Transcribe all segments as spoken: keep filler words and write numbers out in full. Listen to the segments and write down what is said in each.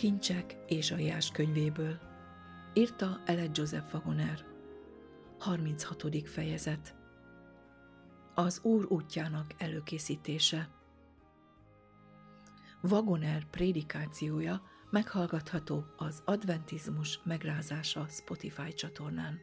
Kincsek Ézsaiás könyvéből. Írta Eled Joseph Wagoner. harminchatodik fejezet. Az Úr útjának előkészítése. Wagoner prédikációja meghallgatható az Adventizmus megrázása Spotify csatornán.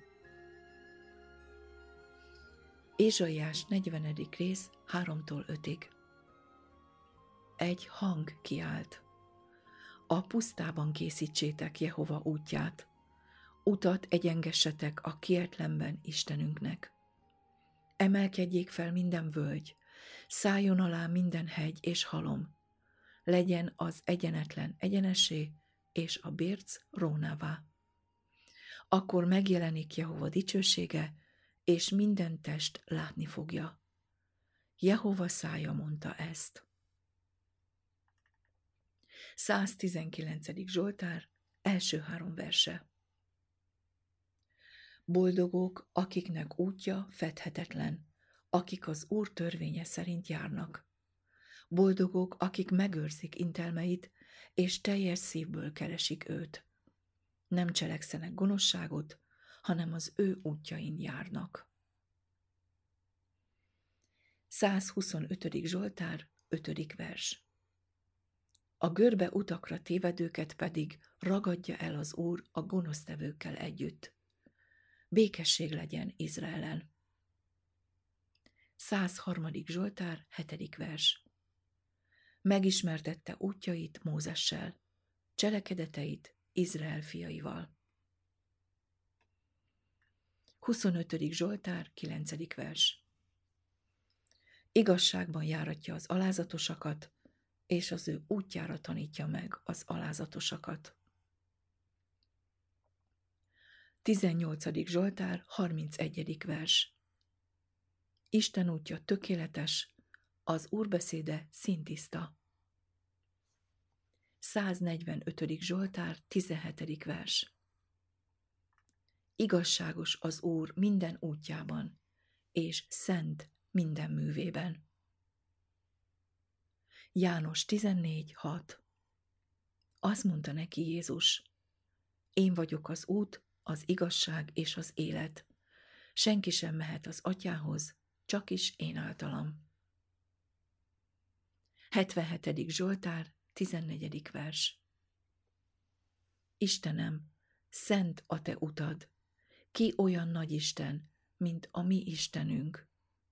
Ézsaiás negyvenedik rész háromtól ötig. Egy hang kiált. A pusztában készítsétek Jehova útját. Utat egyengessetek a kietlenben Istenünknek. Emelkedjék fel minden völgy, szálljon alá minden hegy és halom. Legyen az egyenetlen egyenessé, és a bérc rónává. Akkor megjelenik Jehova dicsősége, és minden test látni fogja. Jehova szája mondta ezt. száztizenkilencedik Zsoltár, első három verse. Boldogok, akiknek útja fedhetetlen, akik az Úr törvénye szerint járnak. Boldogok, akik megőrzik intelmeit, és teljes szívből keresik őt. Nem cselekszenek gonoszságot, hanem az ő útjain járnak. százhuszonötödik Zsoltár, ötödik vers. A görbe utakra tévedőket pedig ragadja el az Úr a gonosztevőkkel együtt. Békesség legyen Izraelen. százharmadik Zsoltár, hetedik vers. Megismertette útjait Mózessel, cselekedeteit Izrael fiaival. huszonötödik Zsoltár, kilencedik vers. Igazságban járatja az alázatosakat, és az ő útjára tanítja meg az alázatosakat. tizennyolcadik Zsoltár, harmincegyedik vers. Isten útja tökéletes, az Úr beszéde színtiszta. száznegyvenötödik Zsoltár, tizenhetedik vers. Igazságos az Úr minden útjában, és szent minden művében. János tizennégy hat. Azt mondta neki Jézus: Én vagyok az út, az igazság és az élet. Senki sem mehet az Atyához, csak is én általam. hetvenhetedik Zsoltár, tizennegyedik vers. Istenem, szent a te utad. Ki olyan nagy Isten, mint a mi Istenünk?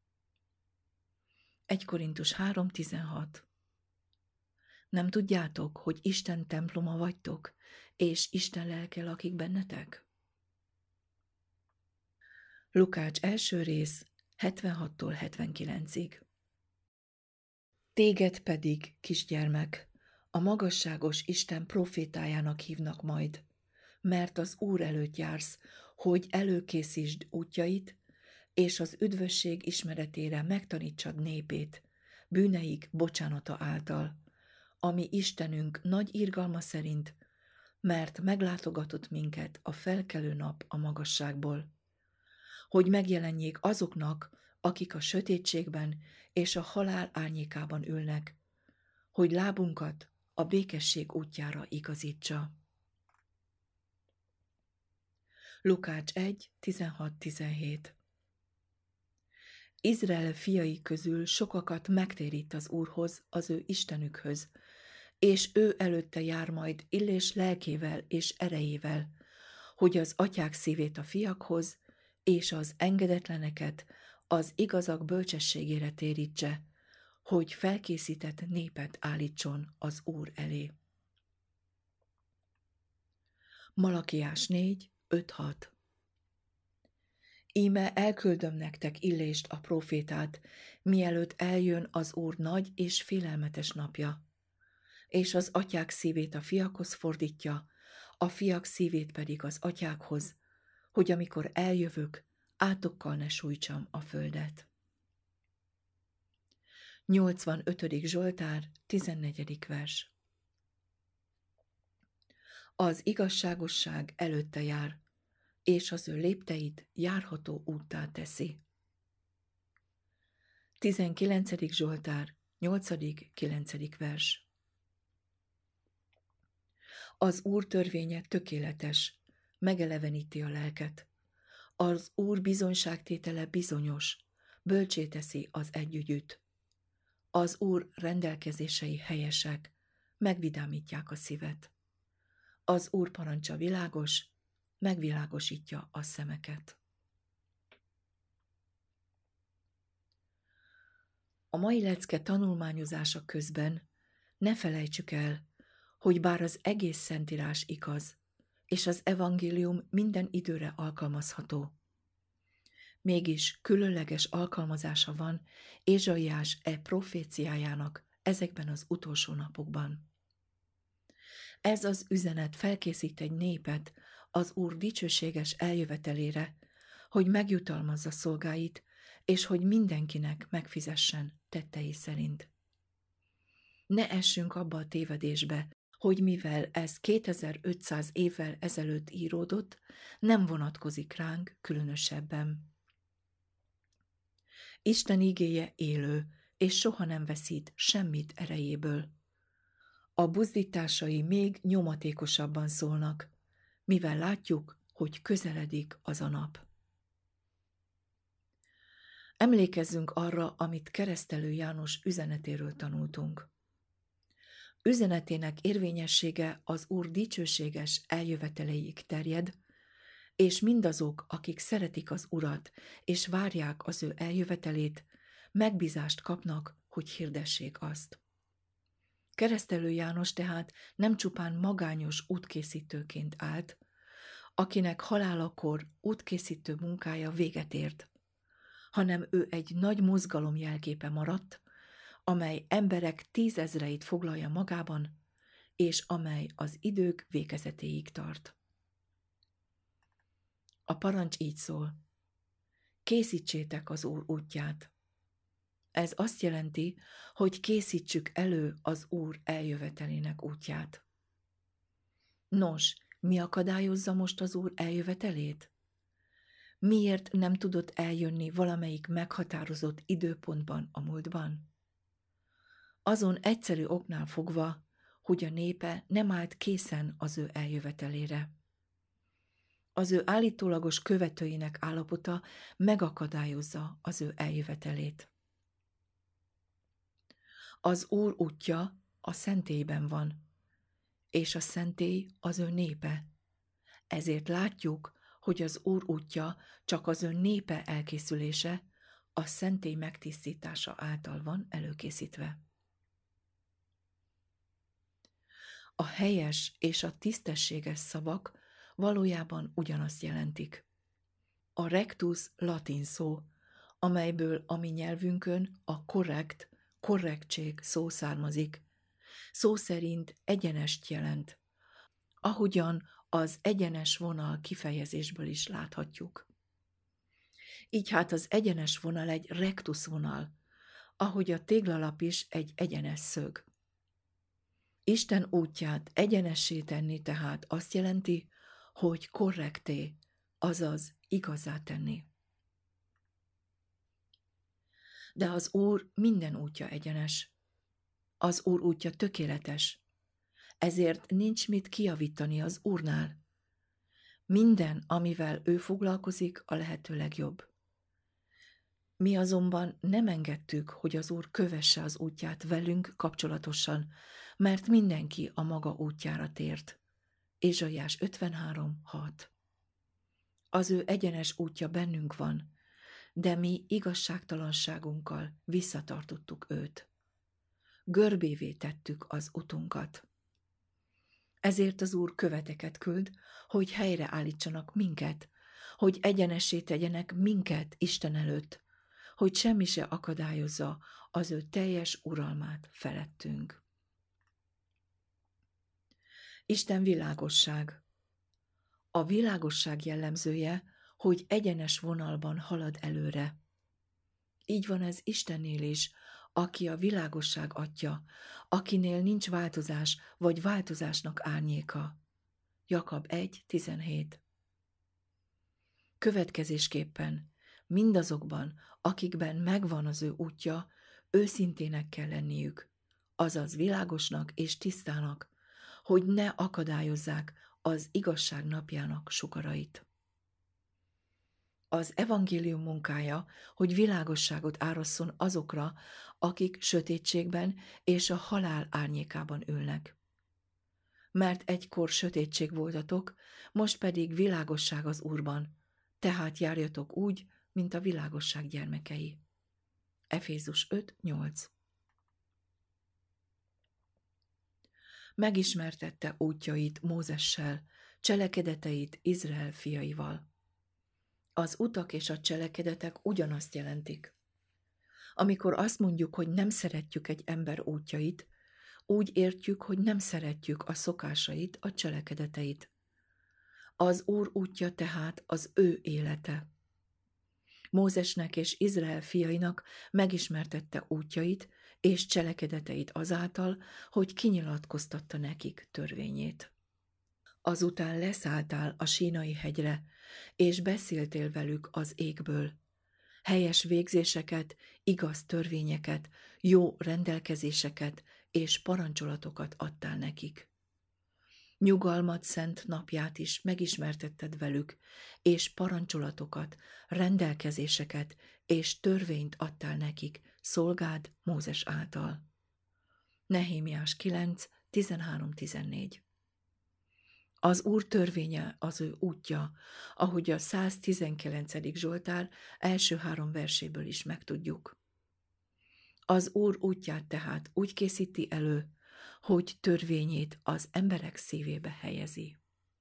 egy Korintus három tizenhat. Nem tudjátok, hogy Isten temploma vagytok, és Isten lelke lakik bennetek? Lukács első rész, hetvenhattól hetvenkilencig. Téged pedig, kisgyermek, a magasságos Isten profétájának hívnak majd, mert az Úr előtt jársz, hogy előkészítsd útjait, és az üdvösség ismeretére megtanítsad népét, bűneik bocsánata által, ami Istenünk nagy irgalma szerint, mert meglátogatott minket a felkelő nap a magasságból, hogy megjelenjék azoknak, akik a sötétségben és a halál árnyékában ülnek, hogy lábunkat a békesség útjára igazítsa. Lukács egy tizenhat tizenhét. Izrael fiai közül sokakat megtérít az Úrhoz, az ő Istenükhöz, és ő előtte jár majd Illés lelkével és erejével, hogy az atyák szívét a fiakhoz, és az engedetleneket az igazak bölcsességére térítse, hogy felkészített népet állítson az Úr elé. Malakiás négy öt hat. Íme elküldöm nektek Illést a prófétát, mielőtt eljön az Úr nagy és félelmetes napja, és az atyák szívét a fiakhoz fordítja, a fiak szívét pedig az atyákhoz, hogy amikor eljövök, átokkal ne sújtsam a földet. nyolcvanötödik Zsoltár, tizennegyedik vers. Az igazságosság előtte jár, és az ő lépteit járható úttá teszi. tizenkilencedik Zsoltár, nyolcadik kilencedik vers. Az Úr törvénye tökéletes, megeleveníti a lelket. Az Úr bizonyságtétele bizonyos, bölcsé teszi az együgyűt. Az Úr rendelkezései helyesek, megvidámítják a szívet. Az Úr parancsa világos, megvilágosítja a szemeket. A mai lecke tanulmányozása közben ne felejtsük el, hogy bár az egész Szentírás igaz, és az evangélium minden időre alkalmazható, mégis különleges alkalmazása van Ézsaiás e proféciájának ezekben az utolsó napokban. Ez az üzenet felkészít egy népet az Úr dicsőséges eljövetelére, hogy megjutalmazza szolgáit, és hogy mindenkinek megfizessen tettei szerint. Ne essünk abba a tévedésbe, hogy mivel ez kétezer-ötszáz évvel ezelőtt íródott, nem vonatkozik ránk különösebben. Isten igéje élő, és soha nem veszít semmit erejéből. A buzdításai még nyomatékosabban szólnak, mivel látjuk, hogy közeledik az a nap. Emlékezzünk arra, amit Keresztelő János üzenetéről tanultunk. Üzenetének érvényessége az Úr dicsőséges eljöveteleig terjed, és mindazok, akik szeretik az Urat, és várják az ő eljövetelét, megbízást kapnak, hogy hirdessék azt. Keresztelő János tehát nem csupán magányos útkészítőként állt, akinek halálakor útkészítő munkája véget ért, hanem ő egy nagy mozgalom jelképe maradt, amely emberek tízezreit foglalja magában, és amely az idők végezetéig tart. A parancs így szól: készítsétek az Úr útját. Ez azt jelenti, hogy készítsük elő az Úr eljövetelének útját. Nos, mi akadályozza most az Úr eljövetelét? Miért nem tudott eljönni valamelyik meghatározott időpontban a múltban? Azon egyszerű oknál fogva, hogy a népe nem állt készen az ő eljövetelére. Az ő állítólagos követőinek állapota megakadályozza az ő eljövetelét. Az Úr útja a szentélyben van, és a szentély az ő népe. Ezért látjuk, hogy az Úr útja csak az ő népe elkészülése, a szentély megtisztítása által van előkészítve. A helyes és a tisztességes szavak valójában ugyanazt jelentik. A rectus latin szó, amelyből a mi nyelvünkön a korrekt, korrektség szó származik, szó szerint egyenest jelent, ahogyan az egyenes vonal kifejezésből is láthatjuk. Így hát az egyenes vonal egy rectus vonal, ahogy a téglalap is egy egyenes szög. Isten útját egyenessé tenni tehát azt jelenti, hogy korrekté, azaz igazá tenni. De az Úr minden útja egyenes. Az Úr útja tökéletes. Ezért nincs mit kijavítani az Úrnál. Minden, amivel ő foglalkozik, a lehető legjobb. Mi azonban nem engedtük, hogy az Úr kövesse az útját velünk kapcsolatosan, mert mindenki a maga útjára tért. Ézsaiás ötvenhárom hat. Az ő egyenes útja bennünk van, de mi igazságtalanságunkkal visszatartottuk őt. Görbévé tettük az utunkat. Ezért az Úr követeket küld, hogy helyreállítsanak minket, hogy egyenessé tegyenek minket Isten előtt, hogy semmi se akadályozza az ő teljes uralmát felettünk. Isten világosság. A világosság jellemzője, hogy egyenes vonalban halad előre. Így van ez Istennél is, aki a világosság atya, akinél nincs változás vagy változásnak árnyéka. Jakab egy tizenhét. Következésképpen mindazokban, akikben megvan az ő útja, őszintének kell lenniük, azaz világosnak és tisztának, hogy ne akadályozzák az igazság napjának sugarait. Az evangélium munkája, hogy világosságot árasszon azokra, akik sötétségben és a halál árnyékában ülnek. Mert egykor sötétség voltatok, most pedig világosság az Úrban, tehát járjatok úgy, mint a világosság gyermekei. Efézus öt nyolc. Megismertette útjait Mózessel, cselekedeteit Izrael fiaival. Az utak és a cselekedetek ugyanazt jelentik. Amikor azt mondjuk, hogy nem szeretjük egy ember útjait, úgy értjük, hogy nem szeretjük a szokásait, a cselekedeteit. Az Úr útja tehát az ő élete. Mózesnek és Izrael fiainak megismertette útjait és cselekedeteit azáltal, hogy kinyilatkoztatta nekik törvényét. Azután leszálltál a Sínai hegyre, és beszéltél velük az égből. Helyes végzéseket, igaz törvényeket, jó rendelkezéseket és parancsolatokat adtál nekik. Nyugalmat szent napját is megismertetted velük, és parancsolatokat, rendelkezéseket és törvényt adtál nekik, szolgád Mózes által. Nehémiás kilenc tizenhárom tizennégy. Az Úr törvénye az ő útja, ahogy a száztizenkilencedik Zsoltár első három verséből is megtudjuk. Az Úr útját tehát úgy készíti elő, hogy törvényét az emberek szívébe helyezi.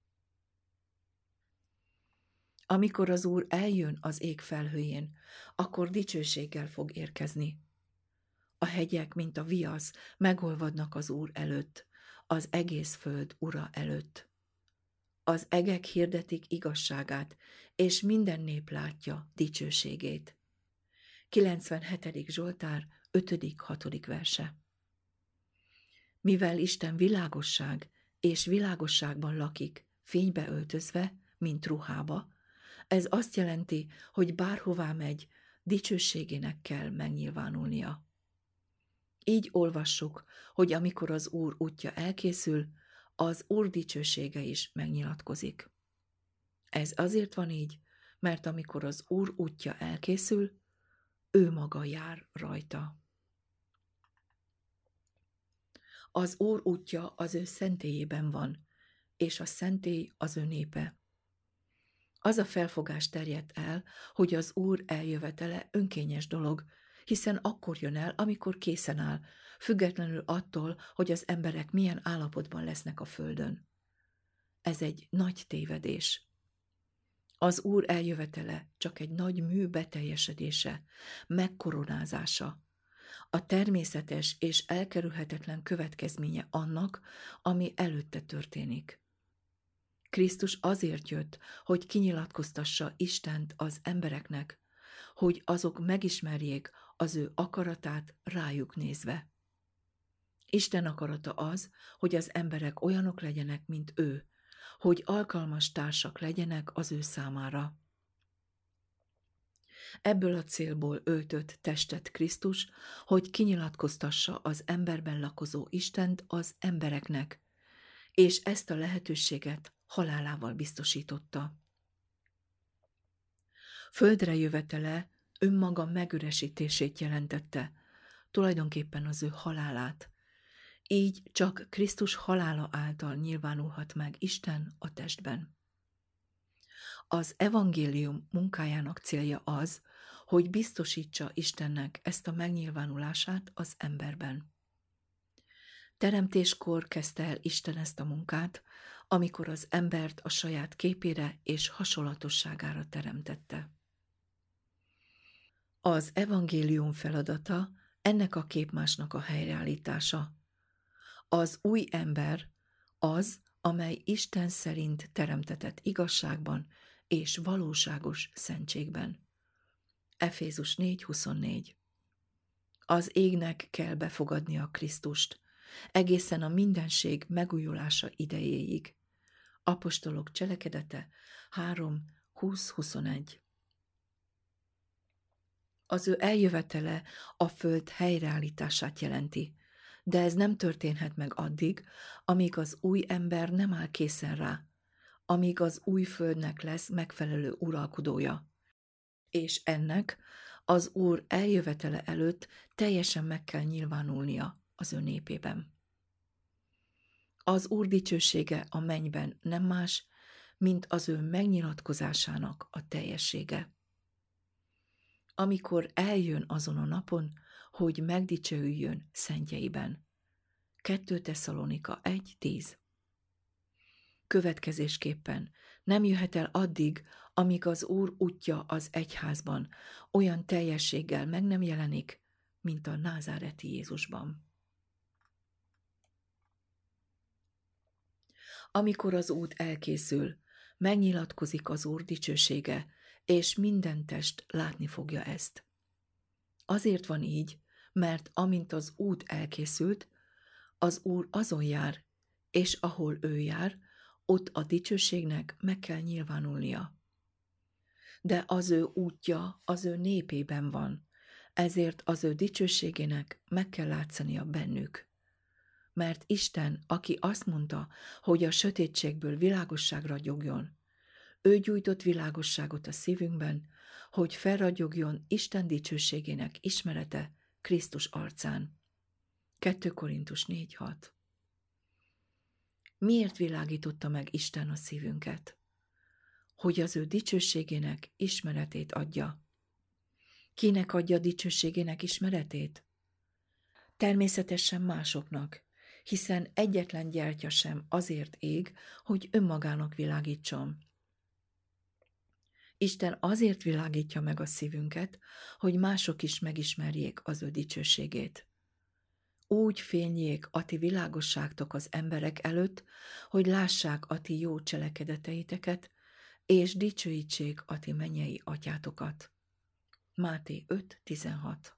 Amikor az Úr eljön az ég felhőjén, akkor dicsőséggel fog érkezni. A hegyek, mint a viasz, megolvadnak az Úr előtt, az egész föld Ura előtt. Az egek hirdetik igazságát, és minden nép látja dicsőségét. kilencvenhetedik Zsoltár ötödik hatodik verse. Mivel Isten világosság, és világosságban lakik, fénybe öltözve, mint ruhába, ez azt jelenti, hogy bárhová megy, dicsőségének kell megnyilvánulnia. Így olvassuk, hogy amikor az Úr útja elkészül, az Úr dicsősége is megnyilatkozik. Ez azért van így, mert amikor az Úr útja elkészül, ő maga jár rajta. Az Úr útja az ő szentélyében van, és a szentély az ő népe. Az a felfogás terjedt el, hogy az Úr eljövetele önkényes dolog, hiszen akkor jön el, amikor készen áll, függetlenül attól, hogy az emberek milyen állapotban lesznek a földön. Ez egy nagy tévedés. Az Úr eljövetele csak egy nagy mű beteljesedése, megkoronázása, a természetes és elkerülhetetlen következménye annak, ami előtte történik. Krisztus azért jött, hogy kinyilatkoztassa Istent az embereknek, hogy azok megismerjék az ő akaratát rájuk nézve. Isten akarata az, hogy az emberek olyanok legyenek, mint ő, hogy alkalmas társak legyenek az ő számára. Ebből a célból öltött testet Krisztus, hogy kinyilatkoztassa az emberben lakozó Istent az embereknek, és ezt a lehetőséget halálával biztosította. Földre jövetele önmaga megüresítését jelentette, tulajdonképpen az ő halálát. Így csak Krisztus halála által nyilvánulhat meg Isten a testben. Az evangélium munkájának célja az, hogy biztosítsa Istennek ezt a megnyilvánulását az emberben. Teremtéskor kezdte el Isten ezt a munkát, amikor az embert a saját képére és hasonlatosságára teremtette. Az evangélium feladata ennek a képmásnak a helyreállítása. Az új ember az, amely Isten szerint teremtetett igazságban és valóságos szentségben. Efézus négy huszonnégy. Az égnek kell befogadnia Krisztust, egészen a mindenség megújulása idejéig. Apostolok cselekedete három húsz huszonegy. Az ő eljövetele a föld helyreállítását jelenti, De ez nem történhet meg addig, amíg az új ember nem áll készen rá, amíg az új földnek lesz megfelelő uralkodója. És ennek az Úr eljövetele előtt teljesen meg kell nyilvánulnia az ő népében. Az Úr dicsősége a mennyben nem más, mint az ő megnyilatkozásának a teljessége. Amikor eljön azon a napon, hogy megdicsőüljön szentjeiben. kettő Tesszalonika egy tíz. Következésképpen nem jöhet el addig, amíg az Úr útja az egyházban olyan teljességgel meg nem jelenik, mint a názáreti Jézusban. Amikor az út elkészül, megnyilatkozik az Úr dicsősége, és minden test látni fogja ezt. Azért van így, mert amint az út elkészült, az Úr azon jár, és ahol ő jár, ott a dicsőségnek meg kell nyilvánulnia. De az ő útja az ő népében van, ezért az ő dicsőségének meg kell látszania bennük. Mert Isten, aki azt mondta, hogy a sötétségből világosság ragyogjon, ő gyújtott világosságot a szívünkben, hogy felragyogjon Isten dicsőségének ismerete Krisztus arcán. kettő Korintus négy hat. Miért világította meg Isten a szívünket? Hogy az ő dicsőségének ismeretét adja. Kinek adja dicsőségének ismeretét? Természetesen másoknak, hiszen egyetlen gyertya sem azért ég, hogy önmagának világítson. Isten azért világítja meg a szívünket, hogy mások is megismerjék az ő dicsőségét. Úgy fényjék a ti világosságtok az emberek előtt, hogy lássák a ti jó cselekedeteiteket, és dicsőítsék a ti mennyei atyátokat. Máté öt tizenhat.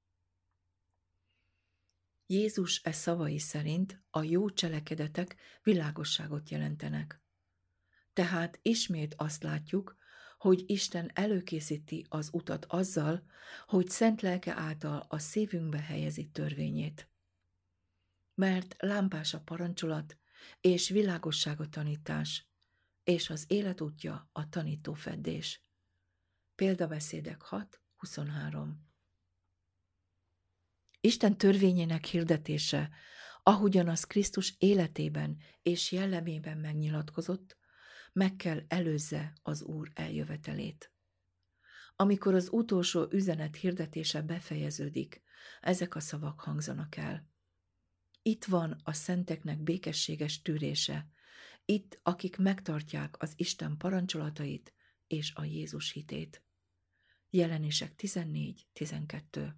Jézus e szavai szerint a jó cselekedetek világosságot jelentenek. Tehát ismét azt látjuk, hogy Isten előkészíti az utat azzal, hogy szent lelke által a szívünkbe helyezi törvényét. Mert lámpás a parancsolat, és világosság a tanítás, és az életútja a tanító feddés. Példabeszédek hat huszonhárom. Isten törvényének hirdetése, ahogyan az Krisztus életében és jellemében megnyilatkozott, meg kell előzze az Úr eljövetelét. Amikor az utolsó üzenet hirdetése befejeződik, ezek a szavak hangzanak el. Itt van a szenteknek békességes tűrése, itt, akik megtartják az Isten parancsolatait és a Jézus hitét. Jelenések tizennégy tizenkettő.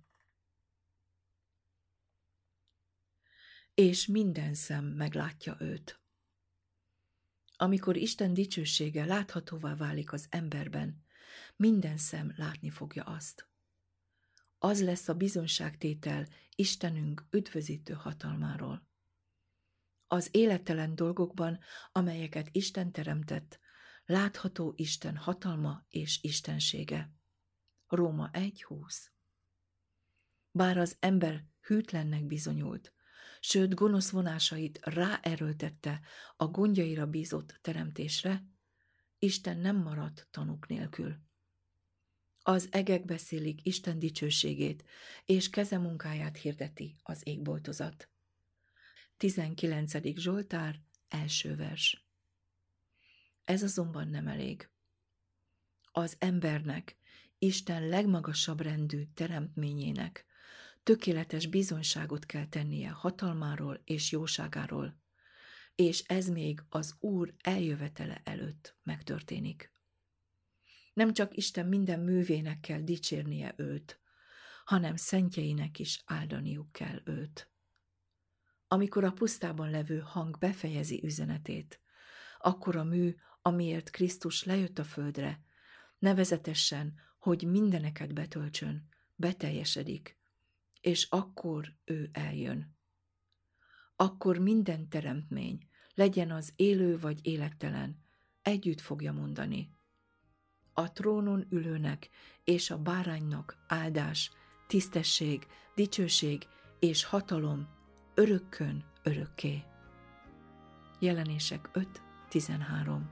És minden szem meglátja őt. Amikor Isten dicsősége láthatóvá válik az emberben, minden szem látni fogja azt. Az lesz a bizonyságtétel Istenünk üdvözítő hatalmáról. Az élettelen dolgokban, amelyeket Isten teremtett, látható Isten hatalma és istensége. Róma egy húsz. Bár az ember hűtlennek bizonyult, sőt gonosz vonásait ráerőltette a gondjaira bízott teremtésre, Isten nem maradt tanúk nélkül. Az egek beszélik Isten dicsőségét, és kezemunkáját hirdeti az égboltozat. tizenkilencedik Zsoltár, első vers. Ez azonban nem elég. Az embernek, Isten legmagasabb rendű teremtményének tökéletes bizonyságot kell tennie hatalmáról és jóságáról, és ez még az Úr eljövetele előtt megtörténik. Nem csak Isten minden művének kell dicsérnie őt, hanem szentjeinek is áldaniuk kell őt. Amikor a pusztában levő hang befejezi üzenetét, akkor a mű, amiért Krisztus lejött a földre, nevezetesen, hogy mindeneket betöltsön, beteljesedik, és akkor ő eljön. Akkor minden teremtmény, legyen az élő vagy élettelen, együtt fogja mondani: a trónon ülőnek és a báránynak áldás, tisztesség, dicsőség és hatalom örökkön örökké. Jelenések öt tizenhárom.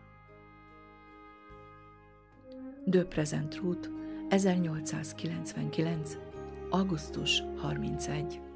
De Present Truth, ezernyolcszázkilencvenkilenc. augusztus harmincegy.